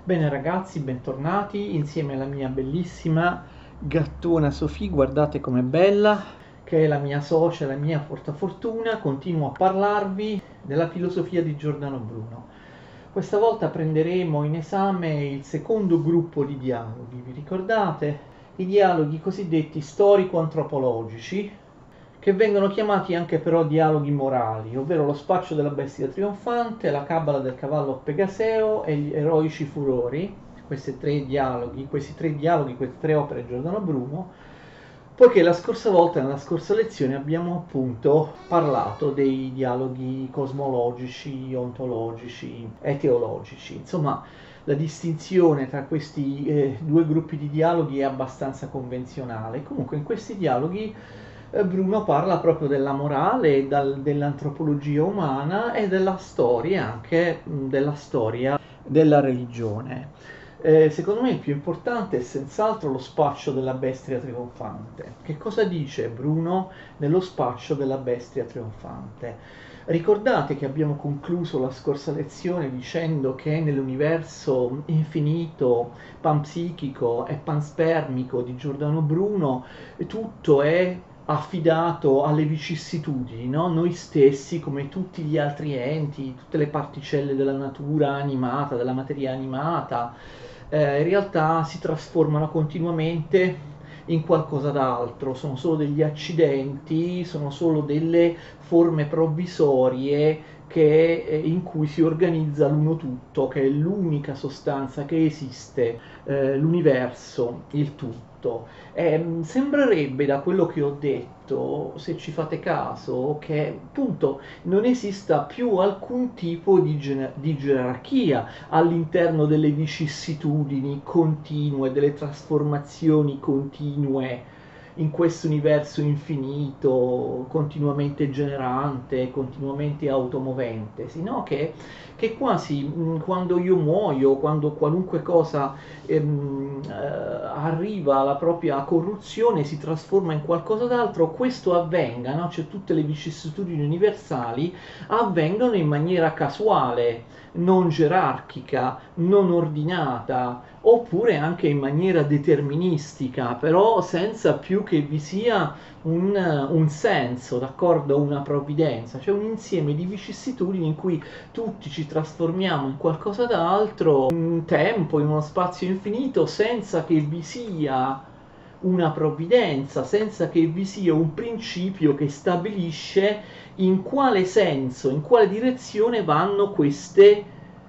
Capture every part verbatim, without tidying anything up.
Bene ragazzi, bentornati insieme alla mia bellissima gattona Sofì, guardate com'è bella, che è la mia socia, la mia portafortuna. Continuo a parlarvi della filosofia di Giordano Bruno. Questa volta prenderemo in esame il secondo gruppo di dialoghi, vi ricordate? I dialoghi cosiddetti storico-antropologici, che vengono chiamati anche però dialoghi morali, ovvero lo spaccio della bestia trionfante, la cabala del cavallo pegaseo e gli eroici furori. Questi tre dialoghi, questi tre dialoghi, queste tre opere di Giordano Bruno, poiché la scorsa volta, nella scorsa lezione, abbiamo appunto parlato dei dialoghi cosmologici, ontologici e teologici. Insomma, la distinzione tra questi eh, due gruppi di dialoghi è abbastanza convenzionale. Comunque in questi dialoghi eh, Bruno parla proprio della morale, dal, dell'antropologia umana e della storia, anche mh, della storia della religione. Eh, secondo me il più importante è senz'altro lo spaccio della bestia trionfante. Che cosa dice Bruno nello spaccio della bestia trionfante? Ricordate che abbiamo concluso la scorsa lezione dicendo che nell'universo infinito, panpsichico e panspermico di Giordano Bruno tutto è affidato alle vicissitudini, no? Noi stessi, come tutti gli altri enti, tutte le particelle della natura animata, della materia animata, eh, in realtà si trasformano continuamente in qualcosa d'altro, sono solo degli accidenti, sono solo delle forme provvisorie che, eh, in cui si organizza l'uno tutto, che è l'unica sostanza che esiste, eh, l'universo, il tutto. Eh, sembrerebbe da quello che ho detto, se ci fate caso, che appunto non esista più alcun tipo di, gener- di gerarchia all'interno delle vicissitudini continue, delle trasformazioni continue in questo universo infinito, continuamente generante, continuamente automovente, sino che, che quasi mh, quando io muoio, quando qualunque cosa ehm, eh, arriva alla propria corruzione, si trasforma in qualcosa d'altro, questo avvenga, no? Cioè tutte le vicissitudini universali avvengono in maniera casuale, non gerarchica, non ordinata, oppure anche in maniera deterministica, però senza più che vi sia un, un senso, d'accordo? Una provvidenza, cioè un insieme di vicissitudini in cui tutti ci trasformiamo in qualcosa d'altro, in un tempo, in uno spazio infinito, senza che vi sia una provvidenza, senza che vi sia un principio che stabilisce in quale senso, in quale direzione vanno queste,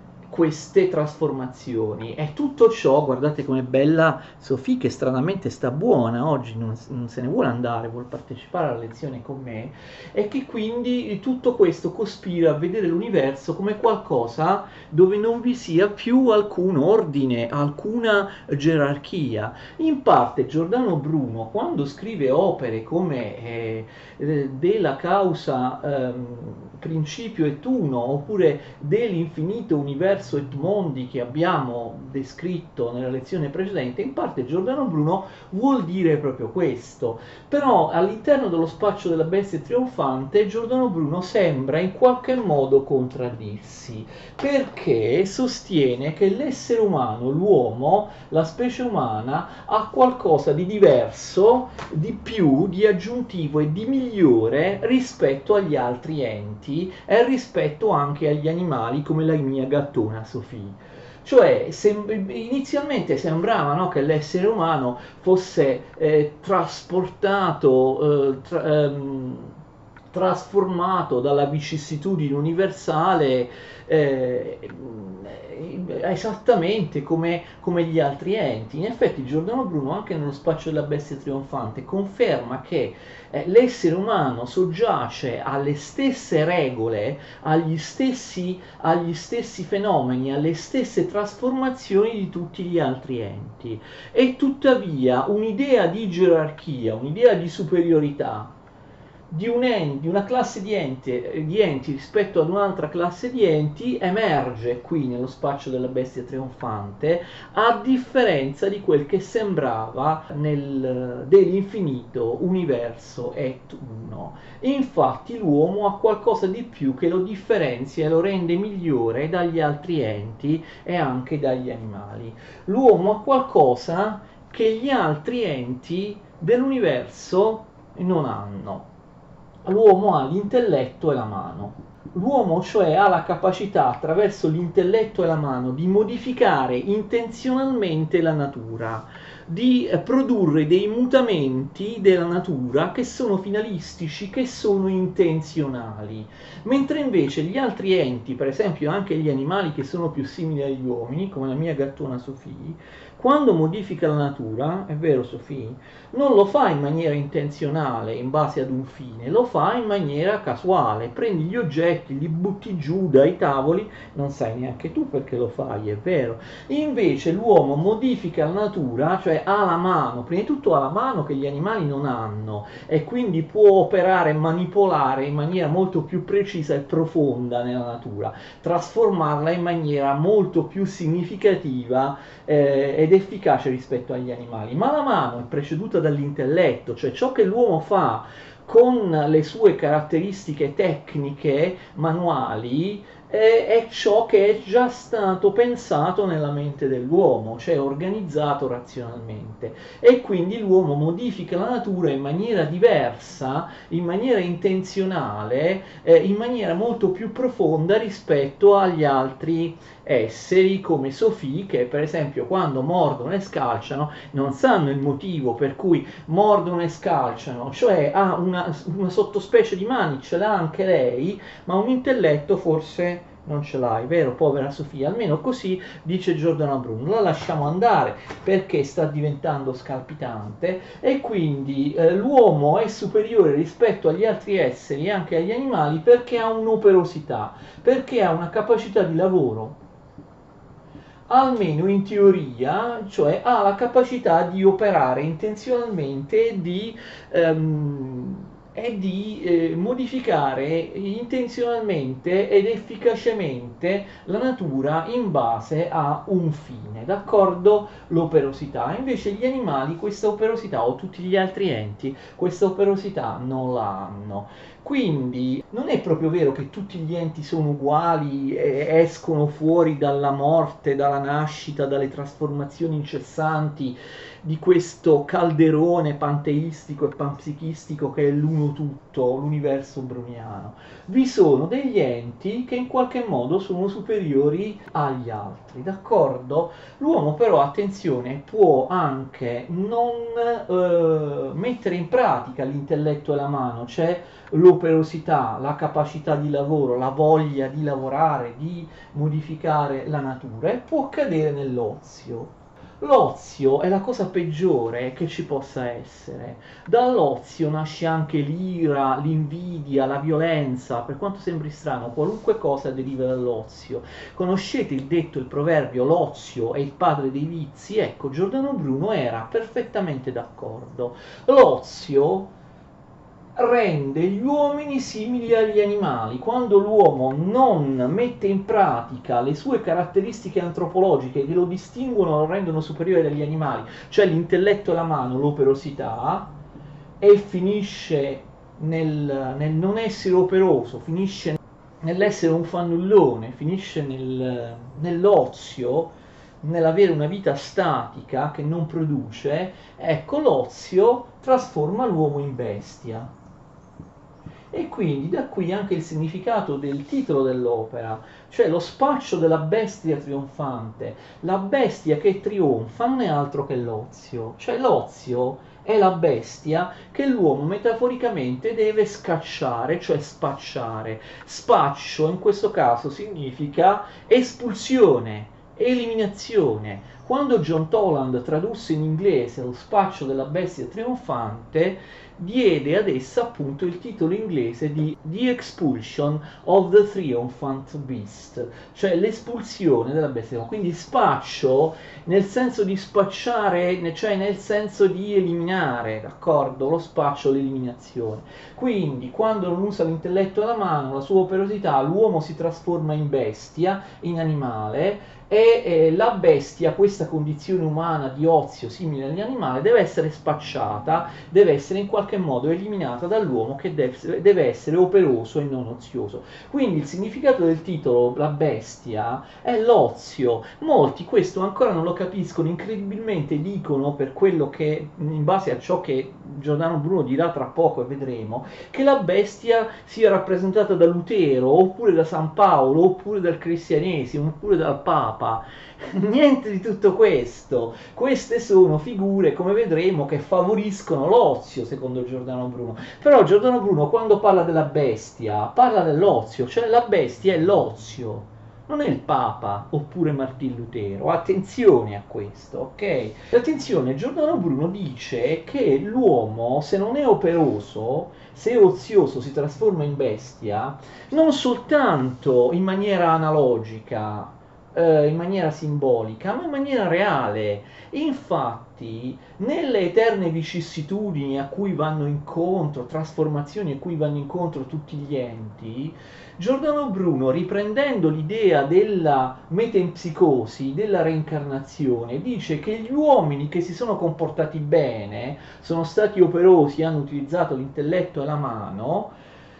queste trasformazioni. E tutto ciò, guardate com'è bella Sofì, che stranamente sta buona oggi, non, non se ne vuole andare, vuole partecipare alla lezione con me, e che quindi tutto questo cospira a vedere l'universo come qualcosa dove non vi sia più alcun ordine, alcuna gerarchia. In parte Giordano Bruno, quando scrive opere come eh, eh, della causa ehm, principio et uno, oppure dell'infinito universo et mondi che abbiamo descritto nella lezione precedente, in parte Giordano Bruno vuol dire proprio questo. Però all'interno dello spaccio della bestia trionfante Giordano Bruno sembra in qualche modo contraddirsi, perché sostiene che l'essere umano, l'uomo, la specie umana, ha qualcosa di diverso, di più, di aggiuntivo e di migliore rispetto agli altri enti e rispetto anche agli animali come la mia gattona Sofì. Cioè, sem- inizialmente sembrava, no, che l'essere umano fosse eh, trasportato, eh, tra- ehm, trasformato dalla vicissitudine universale eh, esattamente come, come gli altri enti. In effetti Giordano Bruno, anche nello spaccio della bestia trionfante, conferma che eh, l'essere umano soggiace alle stesse regole, agli stessi, agli stessi fenomeni, alle stesse trasformazioni di tutti gli altri enti. E tuttavia un'idea di gerarchia, un'idea di superiorità, di, un en- di una classe di, ente, di enti rispetto ad un'altra classe di enti emerge qui nello spaccio della bestia trionfante, a differenza di quel che sembrava nel, dell'infinito universo et uno. Infatti l'uomo ha qualcosa di più che lo differenzia e lo rende migliore dagli altri enti e anche dagli animali. L'uomo ha qualcosa che gli altri enti dell'universo non hanno. L'uomo ha l'intelletto e la mano. L'uomo cioè ha la capacità attraverso l'intelletto e la mano di modificare intenzionalmente la natura, di produrre dei mutamenti della natura che sono finalistici, che sono intenzionali, mentre invece gli altri enti, per esempio anche gli animali che sono più simili agli uomini, come la mia gattona Sofì, quando modifica la natura, è vero Sofì, non lo fa in maniera intenzionale, in base ad un fine, lo fa in maniera casuale, prendi gli oggetti, li butti giù dai tavoli, non sai neanche tu perché lo fai, è vero. Invece l'uomo modifica la natura, cioè ha la mano, prima di tutto ha la mano che gli animali non hanno e quindi può operare e manipolare in maniera molto più precisa e profonda nella natura, trasformarla in maniera molto più significativa eh, ed efficace rispetto agli animali. Ma la mano è preceduta dall'intelletto, cioè ciò che l'uomo fa con le sue caratteristiche tecniche manuali è, è ciò che è già stato pensato nella mente dell'uomo, cioè organizzato razionalmente, e quindi l'uomo modifica la natura in maniera diversa, in maniera intenzionale, eh, in maniera molto più profonda rispetto agli altri esseri come Sophie, che per esempio quando mordono e scalciano non sanno il motivo per cui mordono e scalciano, cioè ha una, una sottospecie di mani, ce l'ha anche lei, ma un intelletto forse non ce l'hai, vero povera Sofia? Almeno così dice Giordano Bruno. La lasciamo andare perché sta diventando scalpitante e quindi eh, l'uomo è superiore rispetto agli altri esseri e anche agli animali perché ha un'operosità, perché ha una capacità di lavoro, almeno in teoria, cioè ha la capacità di operare intenzionalmente e di, ehm, e di eh, modificare intenzionalmente ed efficacemente la natura in base a un fine, d'accordo? L'operosità. Invece gli animali questa operosità, o tutti gli altri enti, questa operosità non la hanno. Quindi non è proprio vero che tutti gli enti sono uguali e escono fuori dalla morte, dalla nascita, dalle trasformazioni incessanti di questo calderone panteistico e panpsichistico che è l'uno tutto, l'universo browniano. Vi sono degli enti che in qualche modo sono superiori agli altri, d'accordo? L'uomo però, attenzione, può anche non eh, mettere in pratica l'intelletto e la mano, cioè l'operosità, la capacità di lavoro, la voglia di lavorare, di modificare la natura, e può cadere nell'ozio. L'ozio è la cosa peggiore che ci possa essere. Dall'ozio nasce anche l'ira, l'invidia, la violenza, per quanto sembri strano, qualunque cosa deriva dall'ozio. Conoscete il detto, il proverbio, l'ozio è il padre dei vizi? Ecco, Giordano Bruno era perfettamente d'accordo. L'ozio rende gli uomini simili agli animali. Quando l'uomo non mette in pratica le sue caratteristiche antropologiche che lo distinguono, lo rendono superiore agli animali, cioè l'intelletto e la mano, l'operosità, e finisce nel, nel non essere operoso, finisce nell'essere un fannullone, finisce nel, nell'ozio, nell'avere una vita statica che non produce, ecco, l'ozio trasforma l'uomo in bestia. E quindi da qui anche il significato del titolo dell'opera, cioè lo spaccio della bestia trionfante. La bestia che trionfa non è altro che l'ozio, cioè l'ozio è la bestia che l'uomo metaforicamente deve scacciare, cioè spacciare. Spaccio in questo caso significa espulsione, eliminazione. Quando John Toland tradusse in inglese Lo spaccio della bestia trionfante, diede ad essa appunto il titolo inglese di The Expulsion of the Triumphant Beast, cioè l'espulsione della bestia. Quindi spaccio nel senso di spacciare, cioè nel senso di eliminare, d'accordo? Lo spaccio, l'eliminazione. Quindi quando non usa l'intelletto e la mano, la sua operosità, l'uomo si trasforma in bestia, in animale, e eh, la bestia, questa condizione umana di ozio simile agli animali, deve essere spacciata, deve essere in qualche modo eliminata dall'uomo, che deve, deve essere operoso e non ozioso. Quindi il significato del titolo, la bestia, è l'ozio. Molti questo ancora non lo capiscono, incredibilmente dicono, per quello che, in base a ciò che Giordano Bruno dirà tra poco e vedremo, che la bestia sia rappresentata da Lutero, oppure da San Paolo, oppure dal cristianesimo, oppure dal Papa. Niente di tutto questo. Queste sono figure, come vedremo, che favoriscono l'ozio, secondo Giordano Bruno. Però Giordano Bruno, quando parla della bestia, parla dell'ozio, cioè la bestia è l'ozio, non è il Papa oppure Martin Lutero. Attenzione a questo, ok? Attenzione, Giordano Bruno dice che l'uomo, se non è operoso, se è ozioso, si trasforma in bestia, non soltanto in maniera analogica, in maniera simbolica, ma in maniera reale. Infatti, nelle eterne vicissitudini a cui vanno incontro, trasformazioni a cui vanno incontro tutti gli enti, Giordano Bruno, riprendendo l'idea della metempsicosi, della reincarnazione, dice che gli uomini che si sono comportati bene, sono stati operosi, hanno utilizzato l'intelletto e la mano,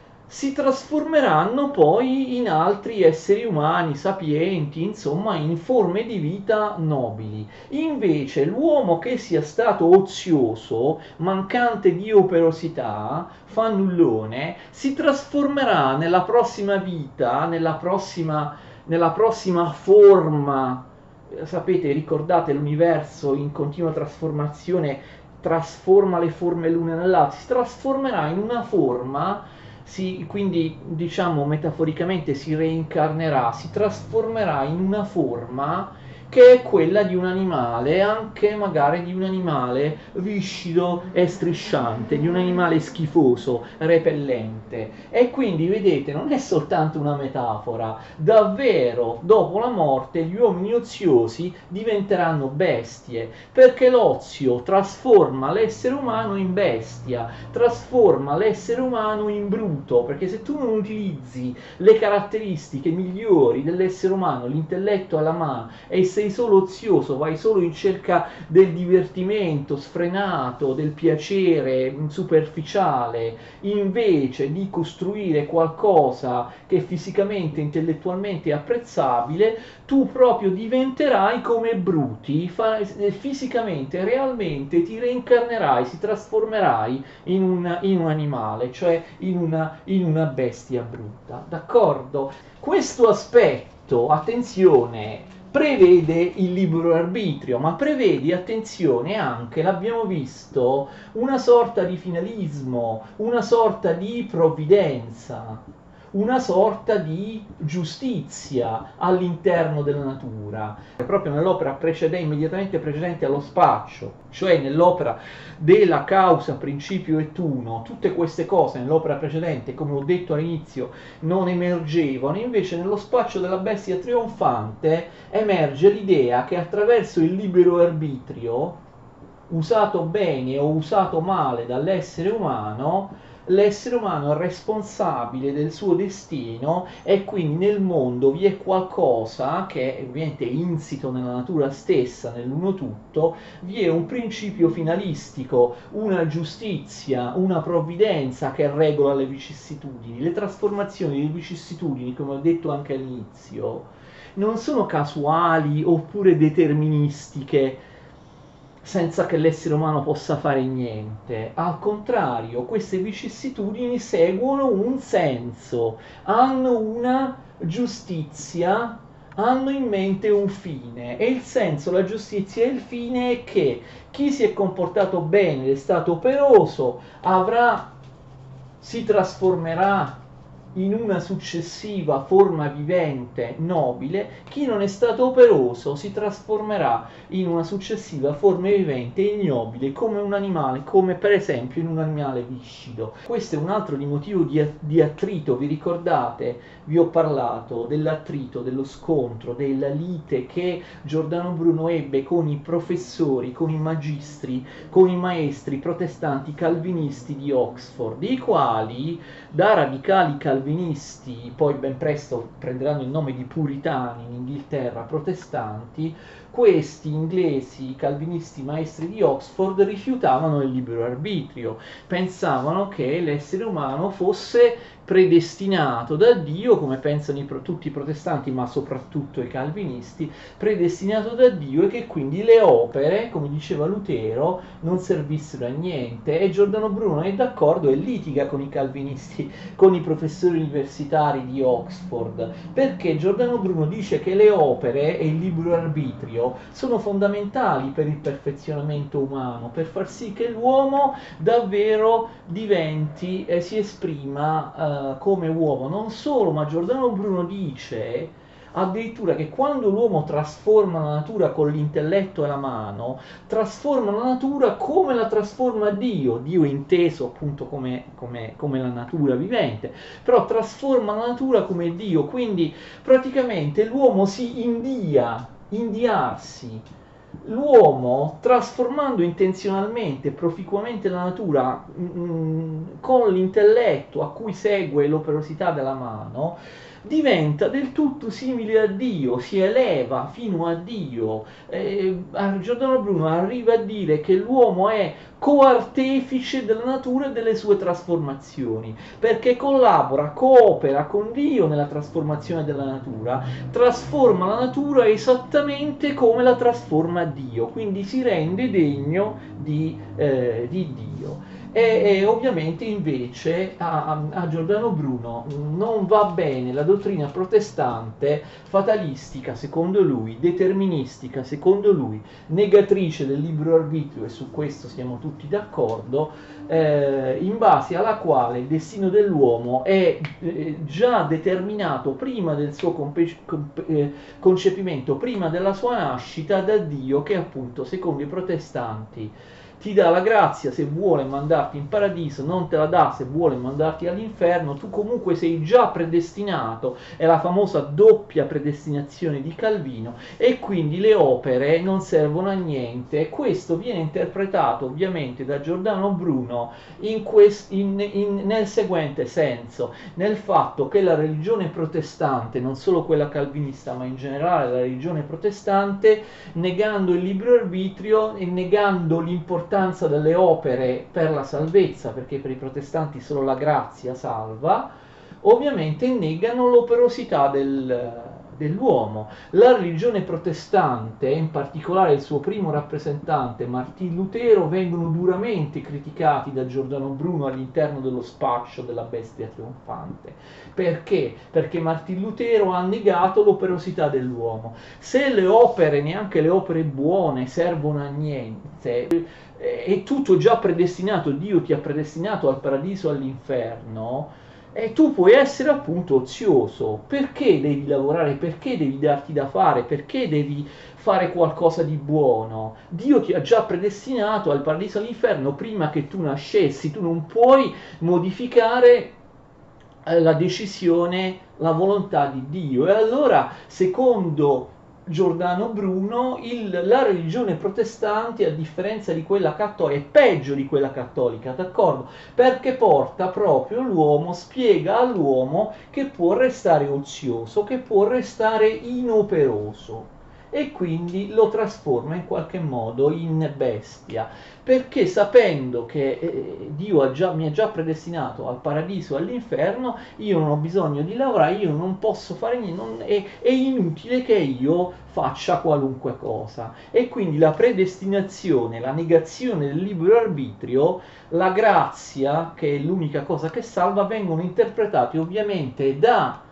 si trasformeranno poi in altri esseri umani sapienti, insomma in forme di vita nobili. Invece l'uomo che sia stato ozioso, mancante di operosità, fannullone, si trasformerà nella prossima vita, nella prossima, nella prossima forma. Sapete, ricordate, l'universo in continua trasformazione trasforma le forme l'una nell'altra, si trasformerà in una forma. Si, quindi diciamo metaforicamente si reincarnerà, si trasformerà in una forma che è quella di un animale, anche magari di un animale viscido e strisciante, di un animale schifoso, repellente. E quindi vedete, non è soltanto una metafora, davvero dopo la morte gli uomini oziosi diventeranno bestie, perché l'ozio trasforma l'essere umano in bestia, trasforma l'essere umano in bruto, perché se tu non utilizzi le caratteristiche migliori dell'essere umano, l'intelletto alla mano, e sei solo ozioso, vai solo in cerca del divertimento sfrenato, del piacere superficiale, invece di costruire qualcosa che fisicamente, intellettualmente è apprezzabile, tu proprio diventerai come bruti, fa, fisicamente, realmente ti reincarnerai, si trasformerai in un, in un animale, cioè in una, in una bestia brutta, d'accordo? Questo aspetto, attenzione, prevede il libero arbitrio, ma prevede, attenzione, anche, l'abbiamo visto, una sorta di finalismo, una sorta di provvidenza, una sorta di giustizia all'interno della natura. Proprio nell'opera precedente, immediatamente precedente allo spaccio, cioè nell'opera della causa, principio et uno, tutte queste cose nell'opera precedente, come ho detto all'inizio, non emergevano. Invece nello spaccio della bestia trionfante emerge l'idea che attraverso il libero arbitrio, usato bene o usato male dall'essere umano, l'essere umano è responsabile del suo destino, e quindi nel mondo vi è qualcosa che è ovviamente insito nella natura stessa, nell'uno tutto, vi è un principio finalistico, una giustizia, una provvidenza che regola le vicissitudini. Le trasformazioni delle vicissitudini, come ho detto anche all'inizio, non sono casuali oppure deterministiche, senza che l'essere umano possa fare niente. Al contrario, queste vicissitudini seguono un senso, hanno una giustizia, hanno in mente un fine, e il senso, la giustizia e il fine è che chi si è comportato bene, è stato operoso, avrà, si trasformerà in una successiva forma vivente nobile, chi non è stato operoso si trasformerà in una successiva forma vivente ignobile, come un animale, come per esempio in un animale viscido. Questo è un altro di motivo di, di attrito. Vi ricordate? Vi ho parlato dell'attrito, dello scontro, della lite che Giordano Bruno ebbe con i professori, con i magistri, con i maestri protestanti calvinisti di Oxford, i quali da radicali calvinisti, poi ben presto prenderanno il nome di puritani in Inghilterra, protestanti, questi inglesi calvinisti maestri di Oxford rifiutavano il libero arbitrio, pensavano che l'essere umano fosse predestinato da Dio, come pensano i pro, tutti i protestanti, ma soprattutto i calvinisti, predestinato da Dio, e che quindi le opere, come diceva Lutero, non servissero a niente. E Giordano Bruno è d'accordo e litiga con i calvinisti, con i professori universitari di Oxford, perché Giordano Bruno dice che le opere e il libero arbitrio sono fondamentali per il perfezionamento umano, per far sì che l'uomo davvero diventi e si esprima uh, come uomo. Non solo, ma Giordano Bruno dice addirittura che quando l'uomo trasforma la natura con l'intelletto e la mano, trasforma la natura come la trasforma Dio, Dio inteso appunto come, come, come la natura vivente, però trasforma la natura come Dio, quindi praticamente l'uomo si india, indiarsi. L'uomo, trasformando intenzionalmente, proficuamente la natura mh, con l'intelletto a cui segue l'operosità della mano, diventa del tutto simile a Dio, si eleva fino a Dio. Eh, Giordano Bruno arriva a dire che l'uomo è coartefice della natura e delle sue trasformazioni, perché collabora, coopera con Dio nella trasformazione della natura, trasforma la natura esattamente come la trasforma Dio, quindi si rende degno di, eh, di Dio. E, e ovviamente invece a, a Giordano Bruno non va bene la dottrina protestante fatalistica secondo lui, deterministica secondo lui, negatrice del libero arbitrio, e su questo siamo tutti d'accordo, eh, in base alla quale il destino dell'uomo è eh, già determinato prima del suo compe- compe- eh, concepimento, prima della sua nascita da Dio, che appunto secondo i protestanti ti dà la grazia se vuole mandarti in paradiso, non te la dà se vuole mandarti all'inferno, tu comunque sei già predestinato, è la famosa doppia predestinazione di Calvino, e quindi le opere non servono a niente. Questo viene interpretato ovviamente da Giordano Bruno in quest, in, in, nel seguente senso, nel fatto che la religione protestante, non solo quella calvinista ma in generale la religione protestante, negando il libero arbitrio e negando l'importanza delle opere per la salvezza, perché per i protestanti solo la grazia salva, ovviamente negano l'operosità del, dell'uomo. La religione protestante, in particolare il suo primo rappresentante Martin Lutero, vengono duramente criticati da Giordano Bruno all'interno dello spaccio della bestia trionfante. Perché? Perché Martin Lutero ha negato l'operosità dell'uomo. Se le opere, neanche le opere buone, servono a niente, è tutto già predestinato, Dio ti ha predestinato al paradiso o all'inferno, e tu puoi essere appunto ozioso. Perché devi lavorare? Perché devi darti da fare? Perché devi fare qualcosa di buono? Dio ti ha già predestinato al paradiso e all'inferno prima che tu nascessi. Tu non puoi modificare la decisione, la volontà di Dio. E allora, secondo Giordano Bruno, il, la religione protestante, a differenza di quella cattolica, è peggio di quella cattolica, d'accordo? Perché porta proprio l'uomo, spiega all'uomo che può restare ozioso, che può restare inoperoso, e quindi lo trasforma in qualche modo in bestia, perché sapendo che eh, Dio ha già, mi ha già predestinato al paradiso e all'inferno, io non ho bisogno di lavorare, io non posso fare niente, non, è, è inutile che io faccia qualunque cosa. E quindi la predestinazione, la negazione del libero arbitrio, la grazia, che è l'unica cosa che salva, vengono interpretate ovviamente da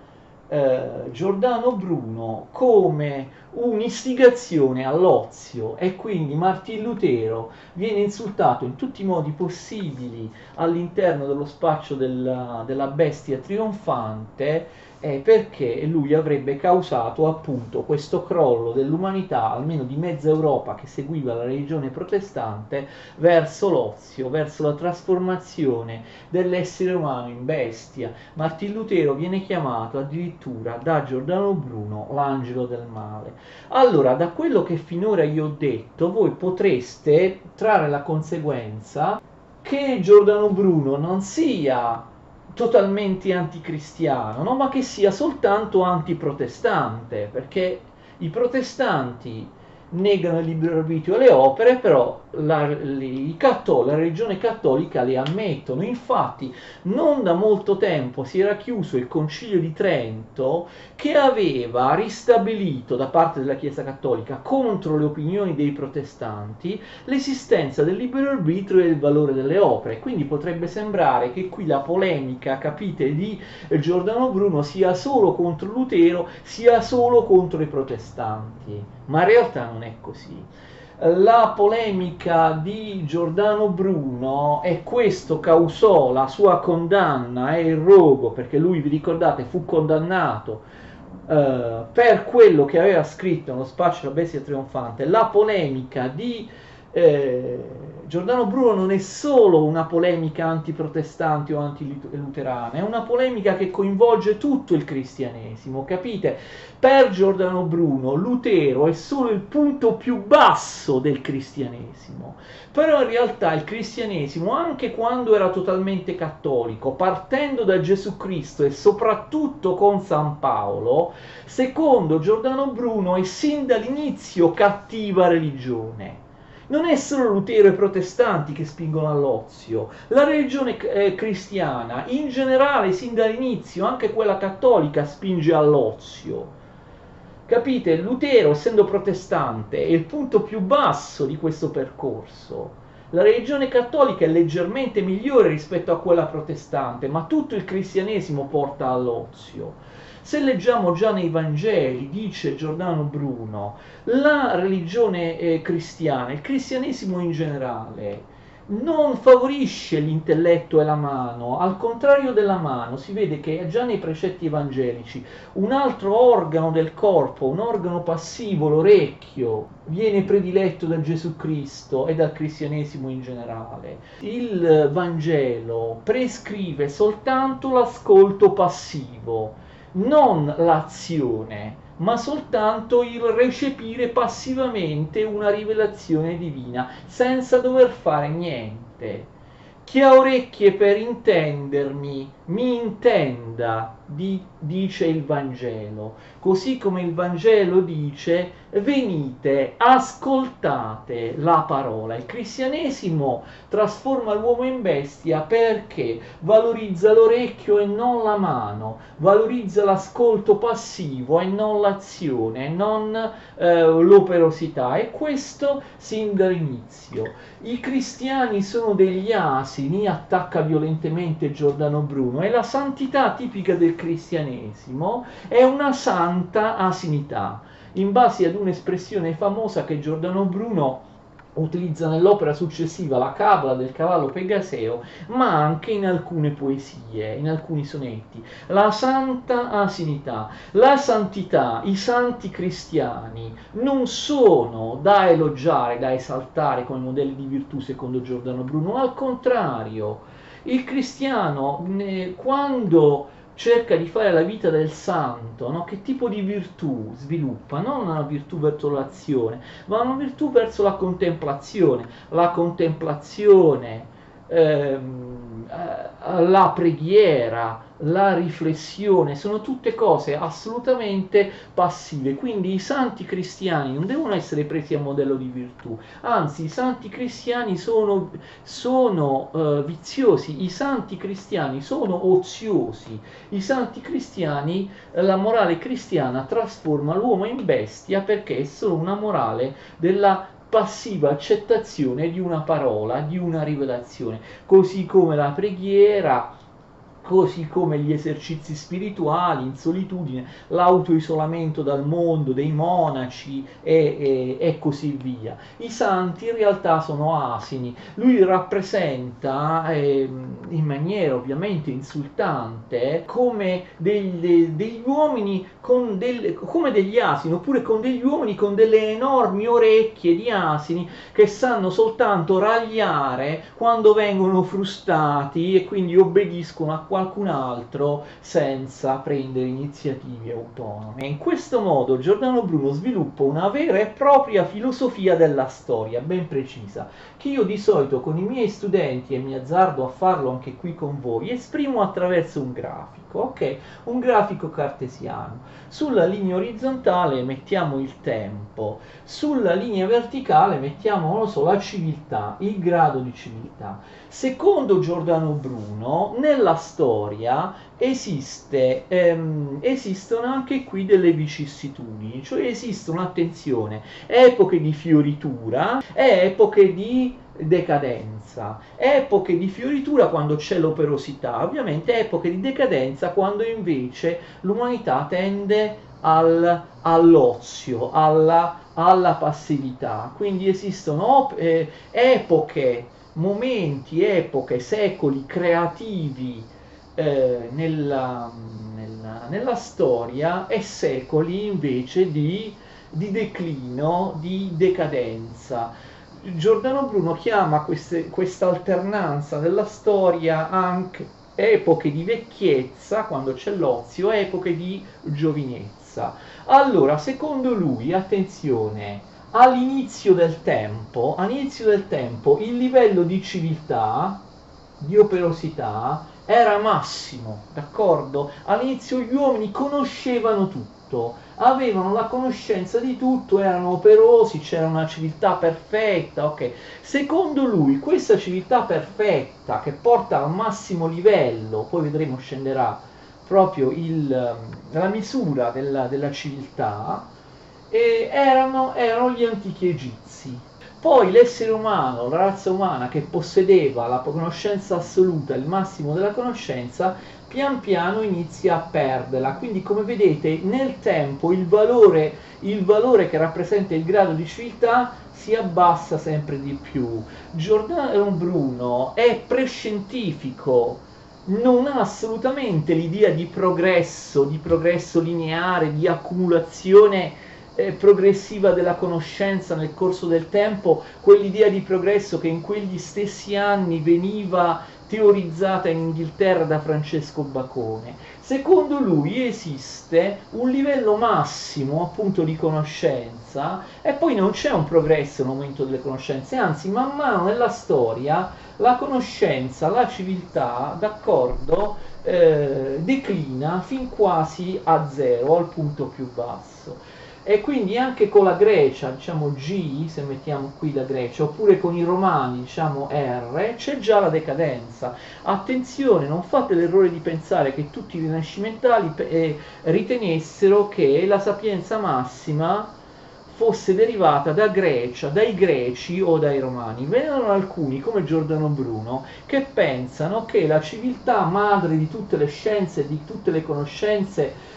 eh, Giordano Bruno come un'istigazione all'ozio, e quindi Martin Lutero viene insultato in tutti i modi possibili all'interno dello spaccio della, della bestia trionfante, eh, perché lui avrebbe causato appunto questo crollo dell'umanità, almeno di mezza Europa che seguiva la religione protestante, verso l'ozio, verso la trasformazione dell'essere umano in bestia. Martin Lutero viene chiamato addirittura da Giordano Bruno l'angelo del male. Allora, da quello che finora io ho detto, voi potreste trarre la conseguenza che Giordano Bruno non sia totalmente anticristiano, no? Ma che sia soltanto antiprotestante, perché i protestanti negano il libero arbitrio alle opere, però la, i cattolici, la religione cattolica le ammettono. Infatti non da molto tempo si era chiuso il Concilio di Trento, che aveva ristabilito da parte della Chiesa cattolica, contro le opinioni dei protestanti, l'esistenza del libero arbitrio e il valore delle opere. Quindi potrebbe sembrare che qui la polemica, capite, di Giordano Bruno sia solo contro Lutero, sia solo contro i protestanti, ma in realtà non è così. La polemica di Giordano Bruno, e questo causò la sua condanna e il rogo, perché lui, vi ricordate, fu condannato eh, per quello che aveva scritto nello spaccio della bestia trionfante. La polemica di eh, Giordano Bruno non è solo una polemica antiprotestante o antiluterana, è una polemica che coinvolge tutto il cristianesimo, capite? Per Giordano Bruno Lutero è solo il punto più basso del cristianesimo, però in realtà il cristianesimo, anche quando era totalmente cattolico, partendo da Gesù Cristo e soprattutto con San Paolo, secondo Giordano Bruno è sin dall'inizio cattiva religione. Non è solo Lutero e i protestanti che spingono all'ozio, la religione eh, cristiana in generale sin dall'inizio, anche quella cattolica, spinge all'ozio. Capite? Lutero, essendo protestante, è il punto più basso di questo percorso. La religione cattolica è leggermente migliore rispetto a quella protestante, ma tutto il cristianesimo porta all'ozio. Se leggiamo già nei Vangeli, dice Giordano Bruno, la religione eh, cristiana, il cristianesimo in generale, non favorisce l'intelletto e la mano, al contrario della mano. Si vede che già nei precetti evangelici un altro organo del corpo, un organo passivo, l'orecchio, viene prediletto da Gesù Cristo e dal cristianesimo in generale. Il Vangelo prescrive soltanto l'ascolto passivo, non l'azione, ma soltanto il recepire passivamente una rivelazione divina, senza dover fare niente. Chi ha orecchie per intendermi, mi intenda, di, dice il Vangelo. Così come il Vangelo dice, venite, ascoltate la parola. Il cristianesimo trasforma l'uomo in bestia perché valorizza l'orecchio e non la mano, valorizza l'ascolto passivo e non l'azione, non eh, l'operosità, e questo sin dall'inizio. I cristiani sono degli asini, attacca violentemente Giordano Bruno, e la santità tipica del cristianesimo è una santa asinità, in base ad un'espressione famosa che Giordano Bruno utilizza nell'opera successiva, La Cabala del cavallo Pegaseo, ma anche in alcune poesie, in alcuni sonetti. La santa asinità, la santità, i santi cristiani non sono da elogiare, da esaltare come modelli di virtù secondo Giordano Bruno, al contrario. Il cristiano, quando cerca di fare la vita del santo, no? Che tipo di virtù sviluppa? Non una virtù verso l'azione, ma una virtù verso la contemplazione. La contemplazione, ehm, la preghiera, la riflessione, sono tutte cose assolutamente passive. Quindi i santi cristiani non devono essere presi a modello di virtù, anzi i santi cristiani sono, sono uh, viziosi, i santi cristiani sono oziosi, i santi cristiani, la morale cristiana trasforma l'uomo in bestia perché è solo una morale della passiva accettazione di una parola, di una rivelazione, così come la preghiera, così come gli esercizi spirituali in solitudine, l'autoisolamento dal mondo dei monaci e, e, e così via. I santi in realtà sono asini, lui rappresenta eh, in maniera ovviamente insultante come degli, degli uomini con del, come degli asini, oppure con degli uomini con delle enormi orecchie di asini che sanno soltanto ragliare quando vengono frustati e quindi obbediscono a qualcun altro senza prendere iniziative autonome. E in questo modo Giordano Bruno sviluppa una vera e propria filosofia della storia, ben precisa, che io di solito con i miei studenti, e mi azzardo a farlo anche qui con voi, esprimo attraverso un grafico, ok? Un grafico cartesiano. Sulla linea orizzontale mettiamo il tempo, sulla linea verticale mettiamo, non lo so, la civiltà, il grado di civiltà. Secondo Giordano Bruno, nella storia esiste, ehm, esistono anche qui delle vicissitudini, cioè esistono, attenzione, epoche di fioritura e epoche di decadenza, epoche di fioritura quando c'è l'operosità, ovviamente epoche di decadenza quando invece l'umanità tende al, all'ozio, alla, alla passività. Quindi esistono eh, epoche, momenti, epoche, secoli creativi eh, nella, nella, nella storia e secoli invece di, di declino, di decadenza. Giordano Bruno chiama questa alternanza della storia anche epoche di vecchiezza, quando c'è l'ozio, epoche di giovinezza. Allora, secondo lui, attenzione, all'inizio del tempo, all'inizio del tempo il livello di civiltà, di operosità, era massimo, d'accordo? All'inizio gli uomini conoscevano tutto, avevano la conoscenza di tutto, erano operosi, c'era una civiltà perfetta, ok? Secondo lui questa civiltà perfetta che porta al massimo livello, poi vedremo scenderà proprio il, la misura della, della civiltà, eh, erano, erano gli antichi egizi. Poi l'essere umano, la razza umana che possedeva la conoscenza assoluta, il massimo della conoscenza, pian piano inizia a perderla. Quindi, come vedete, nel tempo il valore, il valore che rappresenta il grado di civiltà si abbassa sempre di più. Giordano Bruno è prescientifico, non ha assolutamente l'idea di progresso, di progresso lineare, di accumulazione Eh, progressiva della conoscenza nel corso del tempo, quell'idea di progresso che in quegli stessi anni veniva teorizzata in Inghilterra da Francesco Bacone. Secondo lui esiste un livello massimo appunto di conoscenza e poi non c'è un progresso nel momento delle conoscenze, anzi man mano nella storia la conoscenza, la civiltà, d'accordo, eh, declina fin quasi a zero, al punto più basso. E quindi anche con la Grecia, diciamo G, se mettiamo qui la Grecia, oppure con i Romani, diciamo R, c'è già la decadenza. Attenzione, non fate l'errore di pensare che tutti i rinascimentali eh, ritenessero che la sapienza massima fosse derivata da Grecia, dai greci o dai romani. Ve ne sono alcuni, come Giordano Bruno, che pensano che la civiltà madre di tutte le scienze, di tutte le conoscenze,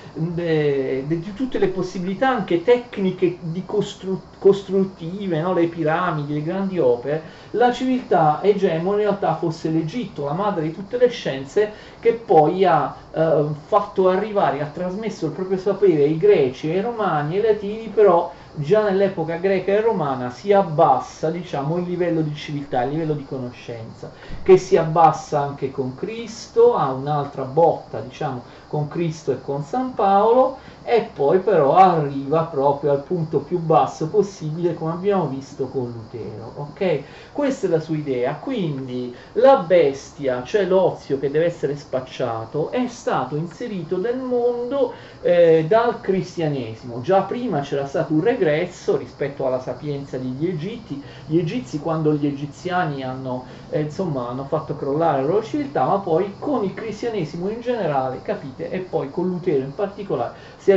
De, de, di tutte le possibilità anche tecniche di costru, costruttive, no? Le piramidi, le grandi opere, la civiltà egemone in realtà fosse l'Egitto, la madre di tutte le scienze, che poi ha eh, fatto arrivare, ha trasmesso il proprio sapere ai greci, ai romani e ai latini, però già nell'epoca greca e romana si abbassa, diciamo, il livello di civiltà, il livello di conoscenza, che si abbassa anche con Cristo, ha un'altra botta, diciamo, con Cristo e con San Paolo, e poi però arriva proprio al punto più basso possibile, come abbiamo visto con Lutero, ok? Questa è la sua idea. Quindi la bestia, cioè l'ozio che deve essere spacciato, è stato inserito nel mondo eh, dal cristianesimo. Già prima c'era stato un regresso rispetto alla sapienza degli egizi. Gli egizi, quando gli egiziani hanno, eh, insomma, hanno fatto crollare la loro civiltà, ma poi con il cristianesimo in generale, capite, e poi con Lutero in particolare, si è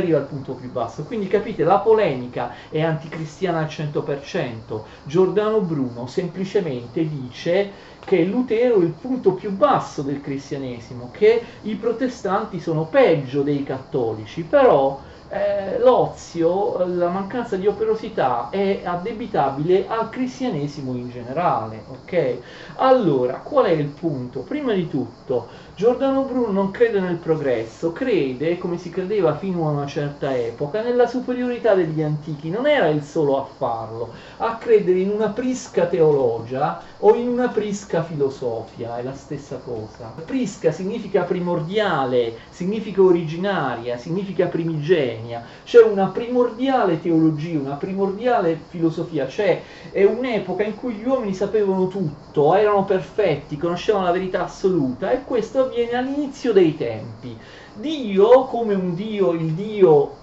arriva al punto più basso. Quindi capite, la polemica è anticristiana al cento per cento. Giordano Bruno semplicemente dice che Lutero è il punto più basso del cristianesimo, che i protestanti sono peggio dei cattolici, però eh, l'ozio, la mancanza di operosità è addebitabile al cristianesimo in generale, ok? Allora, qual è il punto? Prima di tutto, Giordano Bruno non crede nel progresso, crede, come si credeva fino a una certa epoca, nella superiorità degli antichi. Non era il solo a farlo, a credere in una prisca teologia o in una prisca filosofia, è la stessa cosa. Prisca significa primordiale, significa originaria, significa primigenia. C'è una primordiale teologia, una primordiale filosofia, c'è è un'epoca in cui gli uomini sapevano tutto, erano perfetti, conoscevano la verità assoluta, e questo avviene all'inizio dei tempi. Dio, come un dio, il dio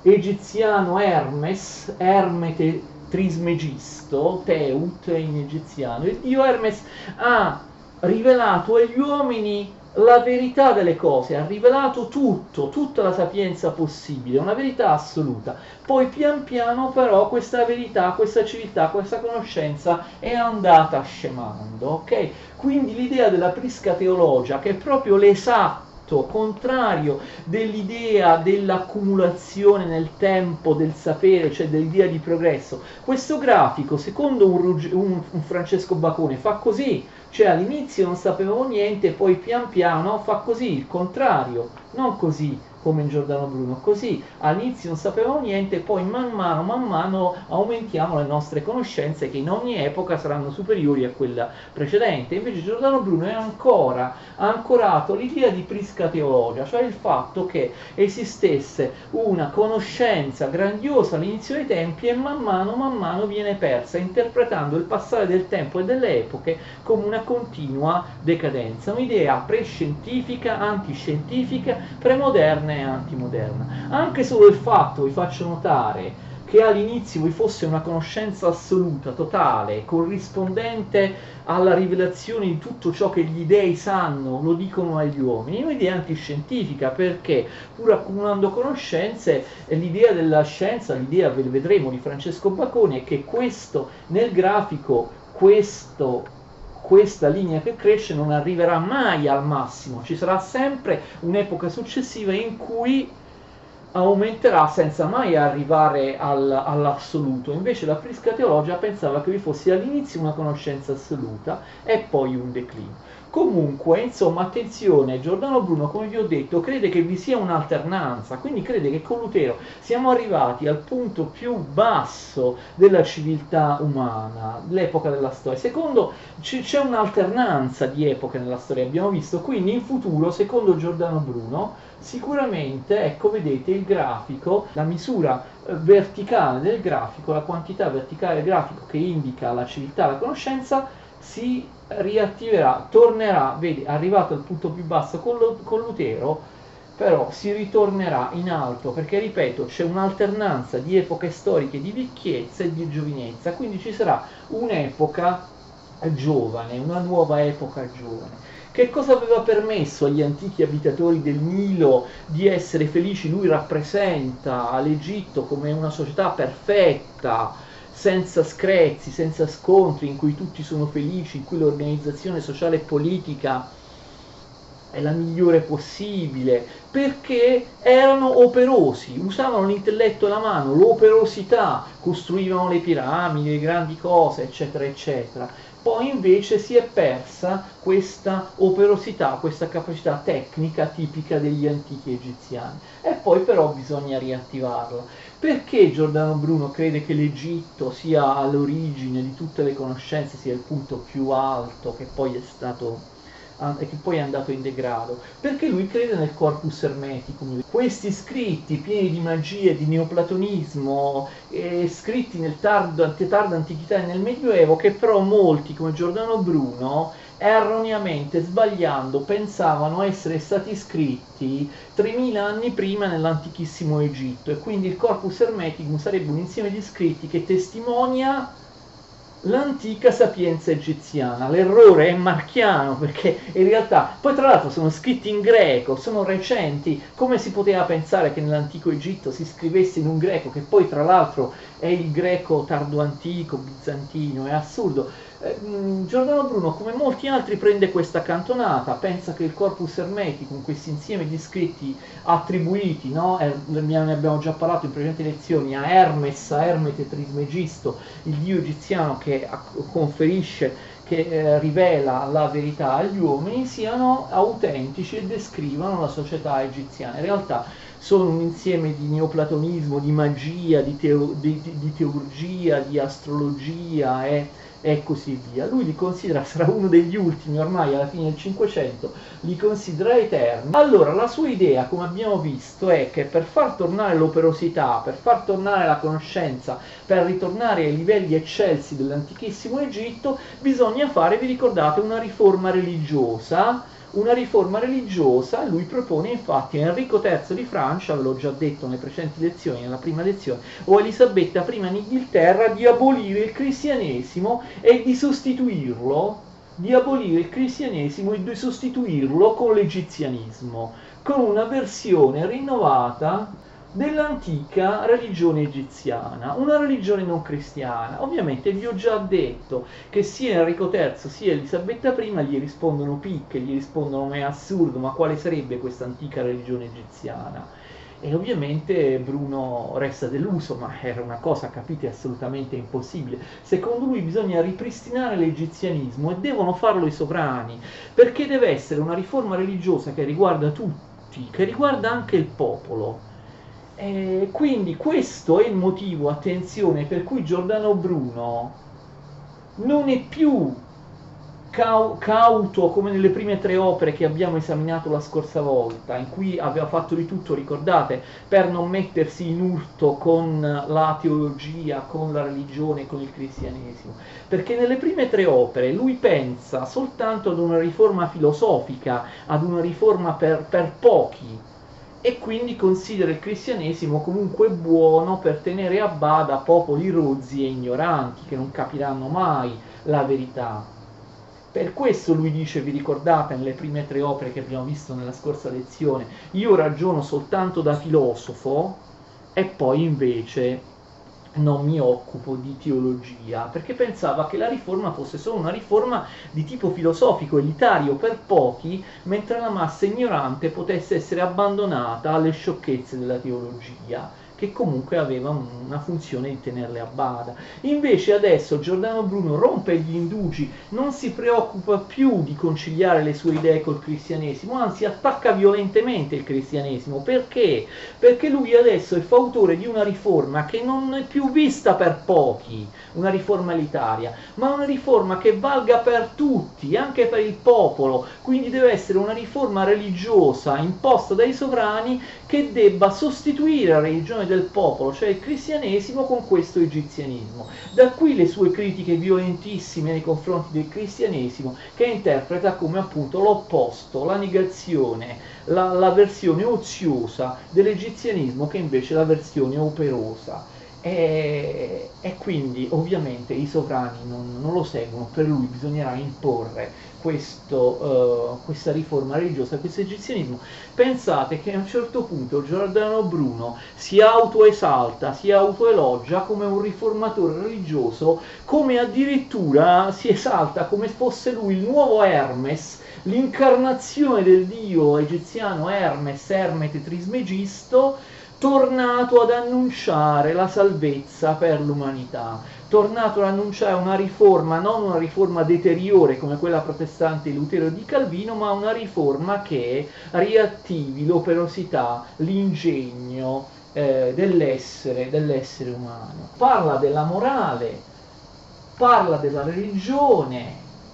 egiziano Hermes, Ermete Trismegisto, Teut in egiziano, il dio Hermes ha rivelato agli uomini la verità delle cose, ha rivelato tutto, tutta la sapienza possibile, una verità assoluta. Poi pian piano però questa verità, questa civiltà, questa conoscenza è andata scemando, ok? Quindi l'idea della prisca teologia, che è proprio l'esatto contrario dell'idea dell'accumulazione nel tempo del sapere, cioè dell'idea di progresso. Questo grafico, secondo un, un, un Francesco Bacone, fa così, cioè all'inizio non sapevamo niente, poi pian piano fa così, il contrario, non così come in Giordano Bruno, così all'inizio non sapevamo niente, poi man mano, man mano aumentiamo le nostre conoscenze che in ogni epoca saranno superiori a quella precedente. Invece Giordano Bruno è ancora ancorato l'idea di prisca teologia, cioè il fatto che esistesse una conoscenza grandiosa all'inizio dei tempi e man mano, man mano viene persa, interpretando il passare del tempo e delle epoche come una continua decadenza, un'idea prescientifica, antiscientifica, premoderna e antimoderna. Anche solo il fatto, vi faccio notare, che all'inizio vi fosse una conoscenza assoluta, totale, corrispondente alla rivelazione di tutto ciò che gli dei sanno, lo dicono agli uomini, è un'idea antiscientifica, perché pur accumulando conoscenze, l'idea della scienza, l'idea, ve vedremo, di Francesco Bacone, è che questo, nel grafico, questo questa linea che cresce non arriverà mai al massimo, ci sarà sempre un'epoca successiva in cui aumenterà senza mai arrivare al, all'assoluto. Invece la prisca teologia pensava che vi fosse all'inizio una conoscenza assoluta e poi un declino. Comunque, insomma, attenzione, Giordano Bruno, come vi ho detto, crede che vi sia un'alternanza, quindi crede che con Lutero siamo arrivati al punto più basso della civiltà umana, l'epoca della storia. Secondo, c'è un'alternanza di epoche nella storia, abbiamo visto, quindi in futuro, secondo Giordano Bruno, sicuramente, ecco, vedete il grafico, la misura verticale del grafico, la quantità verticale del grafico che indica la civiltà, la conoscenza, si riattiverà, tornerà, vedi, arrivato al punto più basso con, lo, con Lutero, però si ritornerà in alto, perché ripeto, c'è un'alternanza di epoche storiche di vecchiezza e di giovinezza, quindi ci sarà un'epoca giovane, una nuova epoca giovane. Che cosa aveva permesso agli antichi abitatori del Nilo di essere felici? Lui rappresenta l'Egitto come una società perfetta, senza screzi, senza scontri, in cui tutti sono felici, in cui l'organizzazione sociale e politica è la migliore possibile, perché erano operosi, usavano l'intelletto e la mano, l'operosità, costruivano le piramidi, le grandi cose, eccetera, eccetera. Poi invece si è persa questa operosità, questa capacità tecnica tipica degli antichi egiziani, e poi però bisogna riattivarla. Perché Giordano Bruno crede che l'Egitto sia all'origine di tutte le conoscenze, sia il punto più alto che poi è stato che poi è andato in degrado? Perché lui crede nel corpus hermeticum. Questi scritti pieni di magia, di neoplatonismo, eh, scritti nel tardo, tarda antichità e nel Medioevo, che però molti, come Giordano Bruno, erroneamente, sbagliando, pensavano essere stati scritti tremila anni prima nell'antichissimo Egitto, e quindi il corpus hermeticum sarebbe un insieme di scritti che testimonia l'antica sapienza egiziana. L'errore è marchiano, perché in realtà, poi tra l'altro sono scritti in greco, sono recenti. Come si poteva pensare che nell'antico Egitto si scrivesse in un greco, che poi tra l'altro è il greco tardo-antico, bizantino? È assurdo. Eh, Giordano Bruno, come molti altri, prende questa cantonata, pensa che il corpus ermeticum, questo insieme di scritti attribuiti, no? eh, ne abbiamo già parlato in precedenti lezioni, a Hermes, a Ermete Trismegisto, il dio egiziano che conferisce, che eh, rivela la verità agli uomini, siano autentici e descrivano la società egiziana. In realtà sono un insieme di neoplatonismo, di magia, di, teo, di, di, di teurgia, di astrologia e, e così via. Lui li considera, sarà uno degli ultimi ormai alla fine del Cinquecento, li considera eterni. Allora la sua idea, come abbiamo visto, è che per far tornare l'operosità, per far tornare la conoscenza, per ritornare ai livelli eccelsi dell'antichissimo Egitto, bisogna fare, vi ricordate, una riforma religiosa. Una riforma religiosa, lui propone infatti a Enrico terzo di Francia, ve l'ho già detto nelle precedenti lezioni, nella prima lezione, o Elisabetta prima in Inghilterra, di abolire il cristianesimo e di sostituirlo, di abolire il cristianesimo e di sostituirlo con l'egizianismo, con una versione rinnovata dell'antica religione egiziana, una religione non cristiana. Ovviamente vi ho già detto che sia Enrico terzo sia Elisabetta prima gli rispondono picche, gli rispondono ma è assurdo, ma quale sarebbe questa antica religione egiziana? E ovviamente Bruno resta deluso, ma era una cosa, capite, assolutamente impossibile. Secondo lui bisogna ripristinare l'egizianismo e devono farlo i sovrani, perché deve essere una riforma religiosa che riguarda tutti, che riguarda anche il popolo. E quindi questo è il motivo, attenzione, per cui Giordano Bruno non è più cau- cauto come nelle prime tre opere che abbiamo esaminato la scorsa volta, in cui aveva fatto di tutto, ricordate, per non mettersi in urto con la teologia, con la religione, con il cristianesimo. Perché nelle prime tre opere lui pensa soltanto ad una riforma filosofica, ad una riforma per, per pochi, e quindi considera il cristianesimo comunque buono per tenere a bada popoli rozzi e ignoranti che non capiranno mai la verità. Per questo lui dice, vi ricordate nelle prime tre opere che abbiamo visto nella scorsa lezione, io ragiono soltanto da filosofo e poi invece non mi occupo di teologia, perché pensava che la riforma fosse solo una riforma di tipo filosofico, elitario per pochi, mentre la massa ignorante potesse essere abbandonata alle sciocchezze della teologia, che comunque aveva una funzione di tenerle a bada. Invece adesso Giordano Bruno rompe gli indugi, non si preoccupa più di conciliare le sue idee col cristianesimo, anzi attacca violentemente il cristianesimo. Perché? Perché lui adesso è fautore di una riforma che non è più vista per pochi, una riforma elitaria, ma una riforma che valga per tutti, anche per il popolo. Quindi deve essere una riforma religiosa imposta dai sovrani che debba sostituire la religione del popolo, cioè il cristianesimo, con questo egizianismo. Da qui le sue critiche violentissime nei confronti del cristianesimo, che interpreta come appunto l'opposto, la negazione, la, la versione oziosa dell'egizianismo, che invece è la versione operosa. E, e quindi ovviamente i sovrani non, non lo seguono, per lui bisognerà imporre questo, uh, questa riforma religiosa, questo egizianismo. Pensate che a un certo punto Giordano Bruno si autoesalta, si autoelogia come un riformatore religioso, come addirittura si esalta come fosse lui il nuovo Hermes, l'incarnazione del dio egiziano Hermes, Ermete Trismegisto, tornato ad annunciare la salvezza per l'umanità, tornato ad annunciare una riforma, non una riforma deteriore come quella protestante di Lutero e di Calvino, ma una riforma che riattivi l'operosità, l'ingegno eh, dell'essere, dell'essere umano. Parla della morale, parla della religione,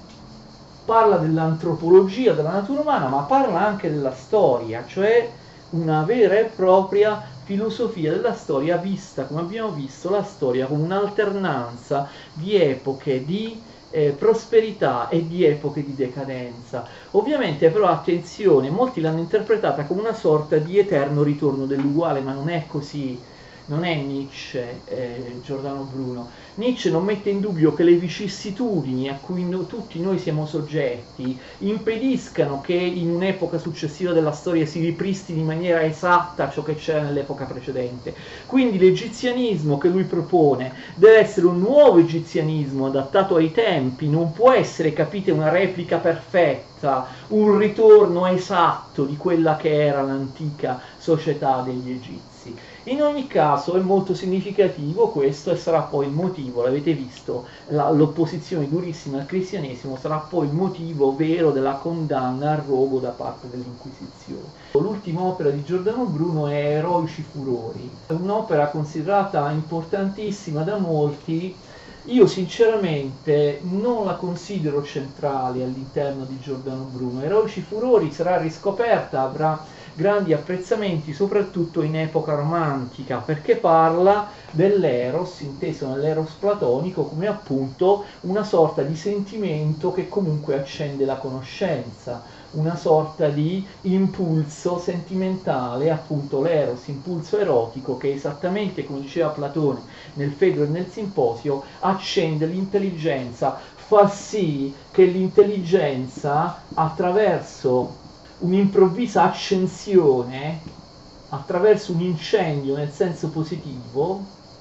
parla dell'antropologia, della natura umana, ma parla anche della storia, cioè una vera e propria filosofia della storia vista, come abbiamo visto, la storia come un'alternanza di epoche di eh, prosperità e di epoche di decadenza. Ovviamente però attenzione, molti l'hanno interpretata come una sorta di eterno ritorno dell'uguale, ma non è così. non è Nietzsche, eh, Giordano Bruno. Nietzsche non mette in dubbio che le vicissitudini a cui no, tutti noi siamo soggetti impediscano che in un'epoca successiva della storia si ripristini in maniera esatta ciò che c'era nell'epoca precedente. Quindi l'egizianismo che lui propone deve essere un nuovo egizianismo adattato ai tempi, non può essere, capite, una replica perfetta, un ritorno esatto di quella che era l'antica società degli egizi. In ogni caso è molto significativo questo e sarà poi il motivo, l'avete visto, la, l'opposizione durissima al cristianesimo sarà poi il motivo vero della condanna al rogo da parte dell'Inquisizione. L'ultima opera di Giordano Bruno è Eroici Furori, è un'opera considerata importantissima da molti. Io sinceramente non la considero centrale all'interno di Giordano Bruno. Eroici Furori sarà riscoperta, avrà grandi apprezzamenti soprattutto in epoca romantica, perché parla dell'eros, inteso nell'eros platonico come appunto una sorta di sentimento che comunque accende la conoscenza, una sorta di impulso sentimentale, appunto l'eros, impulso erotico, che esattamente come diceva Platone nel Fedro e nel Simposio accende l'intelligenza, fa sì che l'intelligenza attraverso un'improvvisa accensione, attraverso un incendio nel senso positivo,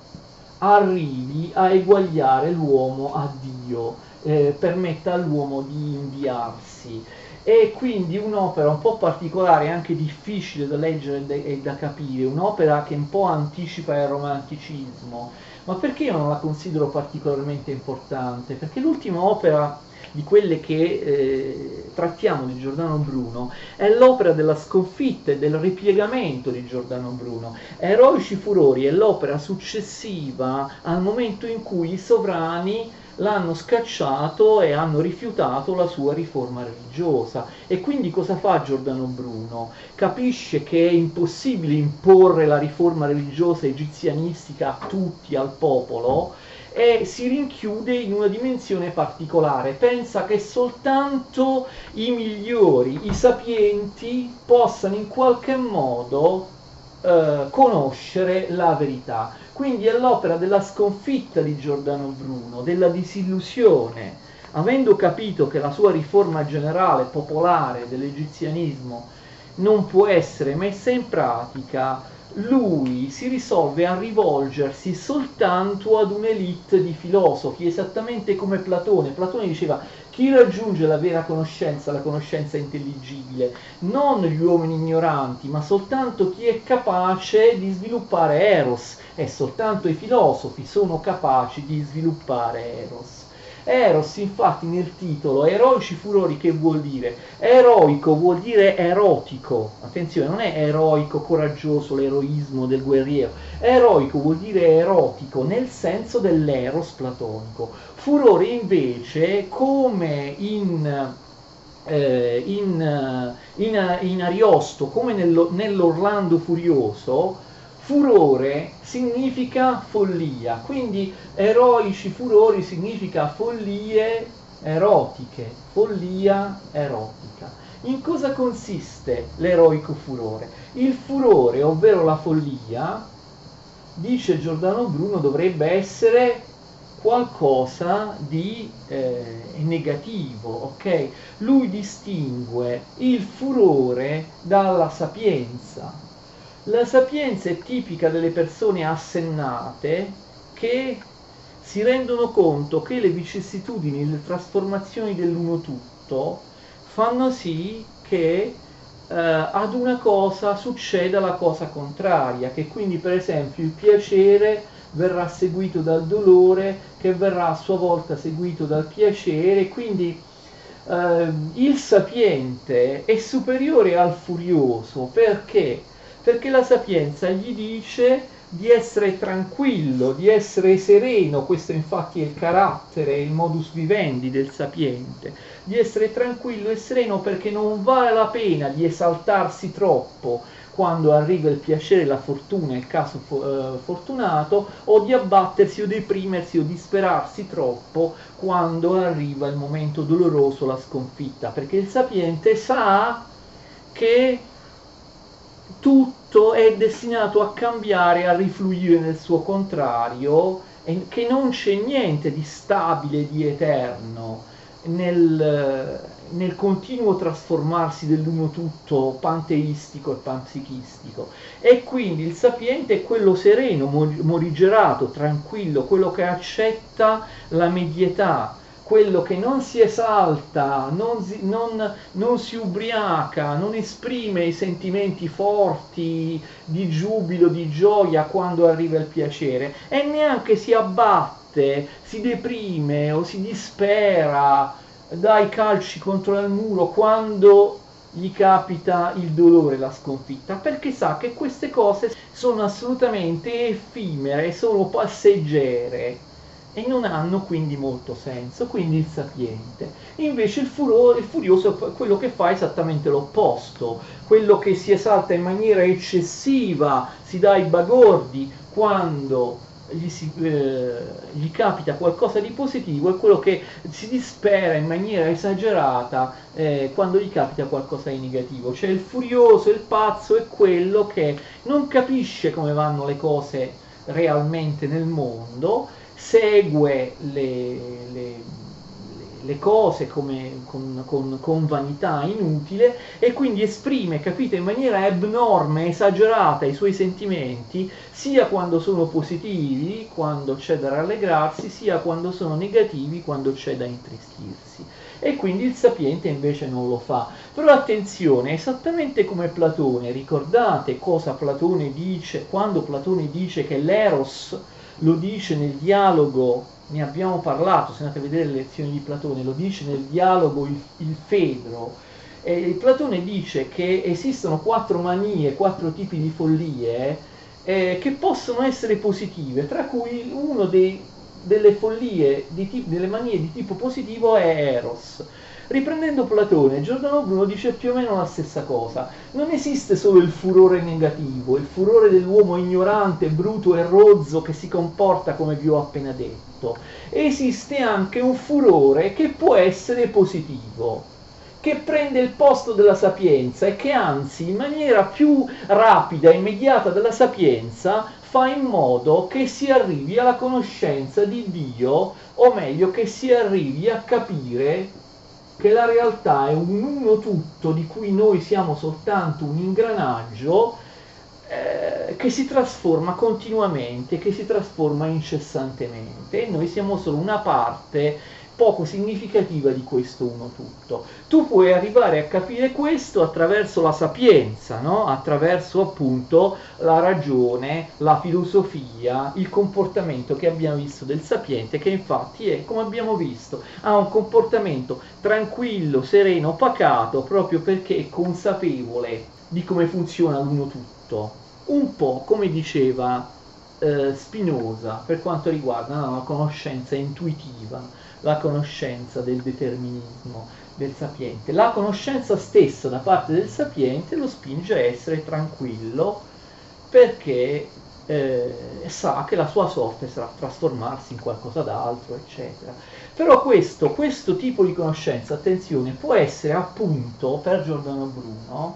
arrivi a eguagliare l'uomo a Dio, eh, permetta all'uomo di inviarsi. E quindi un'opera un po' particolare, anche difficile da leggere e da capire, un'opera che un po' anticipa il romanticismo. Ma perché io non la considero particolarmente importante? Perché l'ultima opera di quelle che eh, trattiamo di Giordano Bruno è l'opera della sconfitta e del ripiegamento di Giordano Bruno. Eroici Furori è l'opera successiva al momento in cui i sovrani l'hanno scacciato e hanno rifiutato la sua riforma religiosa. E quindi cosa fa Giordano Bruno? Capisce che è impossibile imporre la riforma religiosa egizianistica a tutti, al popolo, e si rinchiude in una dimensione particolare. Pensa che soltanto i migliori, i sapienti, possano in qualche modo eh, conoscere la verità. Quindi è l'opera della sconfitta di Giordano Bruno, della disillusione. Avendo capito che la sua riforma generale popolare dell'egizianismo non può essere messa in pratica, lui si risolve a rivolgersi soltanto ad un'elite di filosofi, esattamente come Platone. Platone diceva: chi raggiunge la vera conoscenza, la conoscenza intelligibile, non gli uomini ignoranti, ma soltanto chi è capace di sviluppare Eros, e soltanto i filosofi sono capaci di sviluppare Eros. Eros, infatti, nel titolo Eroici Furori, che vuol dire? Eroico vuol dire erotico, attenzione, non è eroico, coraggioso, l'eroismo del guerriero, eroico vuol dire erotico nel senso dell'eros platonico. Furore invece, come in eh, in, in, in Ariosto, come nello, nell'Orlando Furioso, furore significa follia, quindi eroici furori significa follie erotiche, follia erotica. In cosa consiste l'eroico furore? Il furore, ovvero la follia, dice Giordano Bruno, dovrebbe essere qualcosa di eh, negativo, ok? Lui distingue il furore dalla sapienza. La sapienza è tipica delle persone assennate che si rendono conto che le vicissitudini, le trasformazioni dell'uno tutto fanno sì che eh, ad una cosa succeda la cosa contraria, che quindi per esempio il piacere verrà seguito dal dolore, che verrà a sua volta seguito dal piacere, quindi eh, il sapiente è superiore al furioso. Perché? Perché la sapienza gli dice di essere tranquillo, di essere sereno, questo infatti è il carattere, il modus vivendi del sapiente, di essere tranquillo e sereno perché non vale la pena di esaltarsi troppo quando arriva il piacere, la fortuna, il caso eh, fortunato, o di abbattersi o deprimersi o disperarsi troppo quando arriva il momento doloroso, la sconfitta, perché il sapiente sa che tutti tutto è destinato a cambiare, a rifluire nel suo contrario, e che non c'è niente di stabile, di eterno nel, nel continuo trasformarsi dell'uno tutto panteistico e panpsichistico. E quindi il sapiente è quello sereno, morigerato, tranquillo, quello che accetta la medietà, quello che non si esalta, non si, non, non si ubriaca, non esprime i sentimenti forti di giubilo, di gioia quando arriva il piacere, e neanche si abbatte, si deprime o si dispera, dà i calci contro il muro quando gli capita il dolore, la sconfitta, perché sa che queste cose sono assolutamente effimere, sono passeggere e non hanno quindi molto senso. Quindi il sapiente. Invece il, furo, il furioso è quello che fa esattamente l'opposto, quello che si esalta in maniera eccessiva, si dà i bagordi quando gli, si, eh, gli capita qualcosa di positivo, è quello che si dispera in maniera esagerata eh, quando gli capita qualcosa di negativo. Cioè il furioso, il pazzo è quello che non capisce come vanno le cose realmente nel mondo, segue le, le, le cose come, con, con, con vanità inutile, e quindi esprime, capite, in maniera abnorme, esagerata i suoi sentimenti, sia quando sono positivi, quando c'è da rallegrarsi, sia quando sono negativi, quando c'è da intristirsi. E quindi il sapiente invece non lo fa. Però attenzione, esattamente come Platone, ricordate cosa Platone dice quando Platone dice che l'eros, lo dice nel dialogo, ne abbiamo parlato, se andate a vedere le lezioni di Platone, lo dice nel dialogo il, il Fedro. E Platone dice che esistono quattro manie, quattro tipi di follie eh, che possono essere positive, tra cui uno dei, delle follie, di tipo, delle manie di tipo positivo è Eros. Riprendendo Platone, Giordano Bruno dice più o meno la stessa cosa. Non esiste solo il furore negativo, il furore dell'uomo ignorante, bruto e rozzo che si comporta come vi ho appena detto. Esiste anche un furore che può essere positivo, che prende il posto della sapienza e che anzi in maniera più rapida e immediata della sapienza fa in modo che si arrivi alla conoscenza di Dio, o meglio che si arrivi a capire che la realtà è un uno tutto di cui noi siamo soltanto un ingranaggio eh, che si trasforma continuamente, che si trasforma incessantemente, e noi siamo solo una parte poco significativa di questo uno tutto. Tu puoi arrivare a capire questo attraverso la sapienza, no? Attraverso appunto la ragione, la filosofia, il comportamento che abbiamo visto del sapiente, che infatti è, come abbiamo visto, ha un comportamento tranquillo, sereno, pacato, proprio perché è consapevole di come funziona l'uno tutto. Un po' come diceva eh, Spinoza per quanto riguarda no, la conoscenza intuitiva, la conoscenza del determinismo del sapiente. La conoscenza stessa da parte del sapiente lo spinge a essere tranquillo, perché eh, sa che la sua sorte sarà trasformarsi in qualcosa d'altro, eccetera. Però questo, questo tipo di conoscenza, attenzione, può essere appunto, per Giordano Bruno,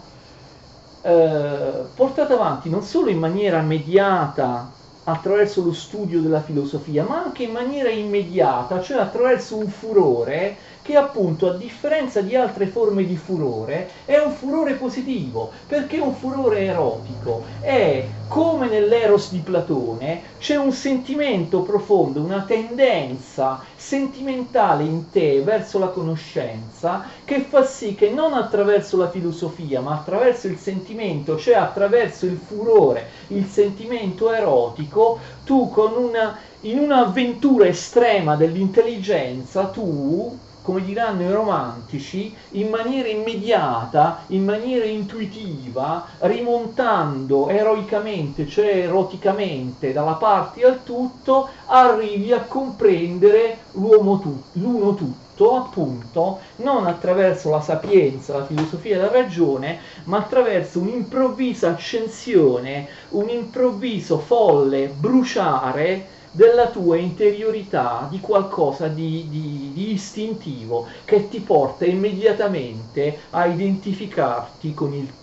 eh, portato avanti non solo in maniera mediata attraverso lo studio della filosofia, ma anche in maniera immediata, cioè attraverso un furore che appunto, a differenza di altre forme di furore, è un furore positivo, perché è un furore erotico. È come nell'eros di Platone, c'è un sentimento profondo, una tendenza sentimentale in te verso la conoscenza, che fa sì che non attraverso la filosofia, ma attraverso il sentimento, cioè attraverso il furore, il sentimento erotico, tu con una, in un'avventura estrema dell'intelligenza, tu, come diranno i romantici, in maniera immediata, in maniera intuitiva, rimontando eroicamente, cioè eroticamente, dalla parte al tutto, arrivi a comprendere l'uomo tu, l'uno tutto, appunto, non attraverso la sapienza, la filosofia e la ragione, ma attraverso un'improvvisa accensione, un improvviso folle bruciare della tua interiorità, di qualcosa di, di, di istintivo che ti porta immediatamente a identificarti con il tutto.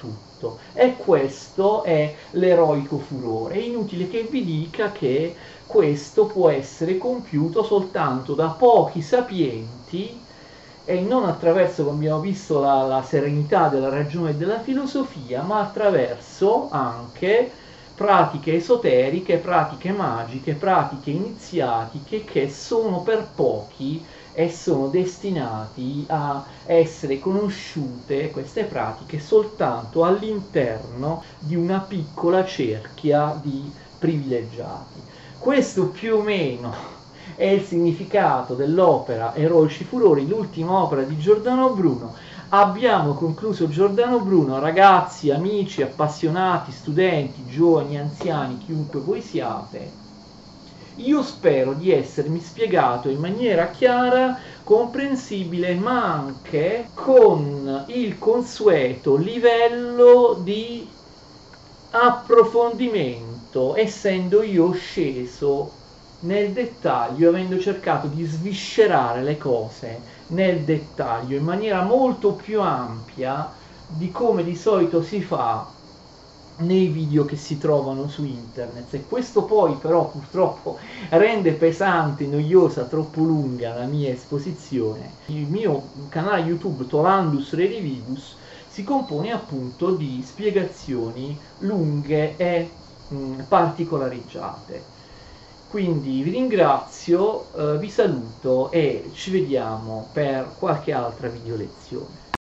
tutto, e questo è l'eroico furore. È inutile che vi dica che questo può essere compiuto soltanto da pochi sapienti e non attraverso, come abbiamo visto, la, la serenità della ragione e della filosofia, ma attraverso anche pratiche esoteriche, pratiche magiche, pratiche iniziatiche che sono per pochi e sono destinati a essere conosciute, queste pratiche, soltanto all'interno di una piccola cerchia di privilegiati. Questo più o meno è il significato dell'opera Eroici Furori, l'ultima opera di Giordano Bruno. Abbiamo concluso Giordano Bruno, ragazzi, amici, appassionati, studenti, giovani, anziani, chiunque voi siate. Io spero di essermi spiegato in maniera chiara, comprensibile, ma anche con il consueto livello di approfondimento, essendo io sceso nel dettaglio, avendo cercato di sviscerare le cose nel dettaglio in maniera molto più ampia di come di solito si fa nei video che si trovano su internet. E questo poi però purtroppo rende pesante, noiosa, troppo lunga la mia esposizione. Il mio canale YouTube Tolandus Redivivus si compone appunto di spiegazioni lunghe e mh, particolareggiate. Quindi vi ringrazio, eh, vi saluto e ci vediamo per qualche altra video lezione.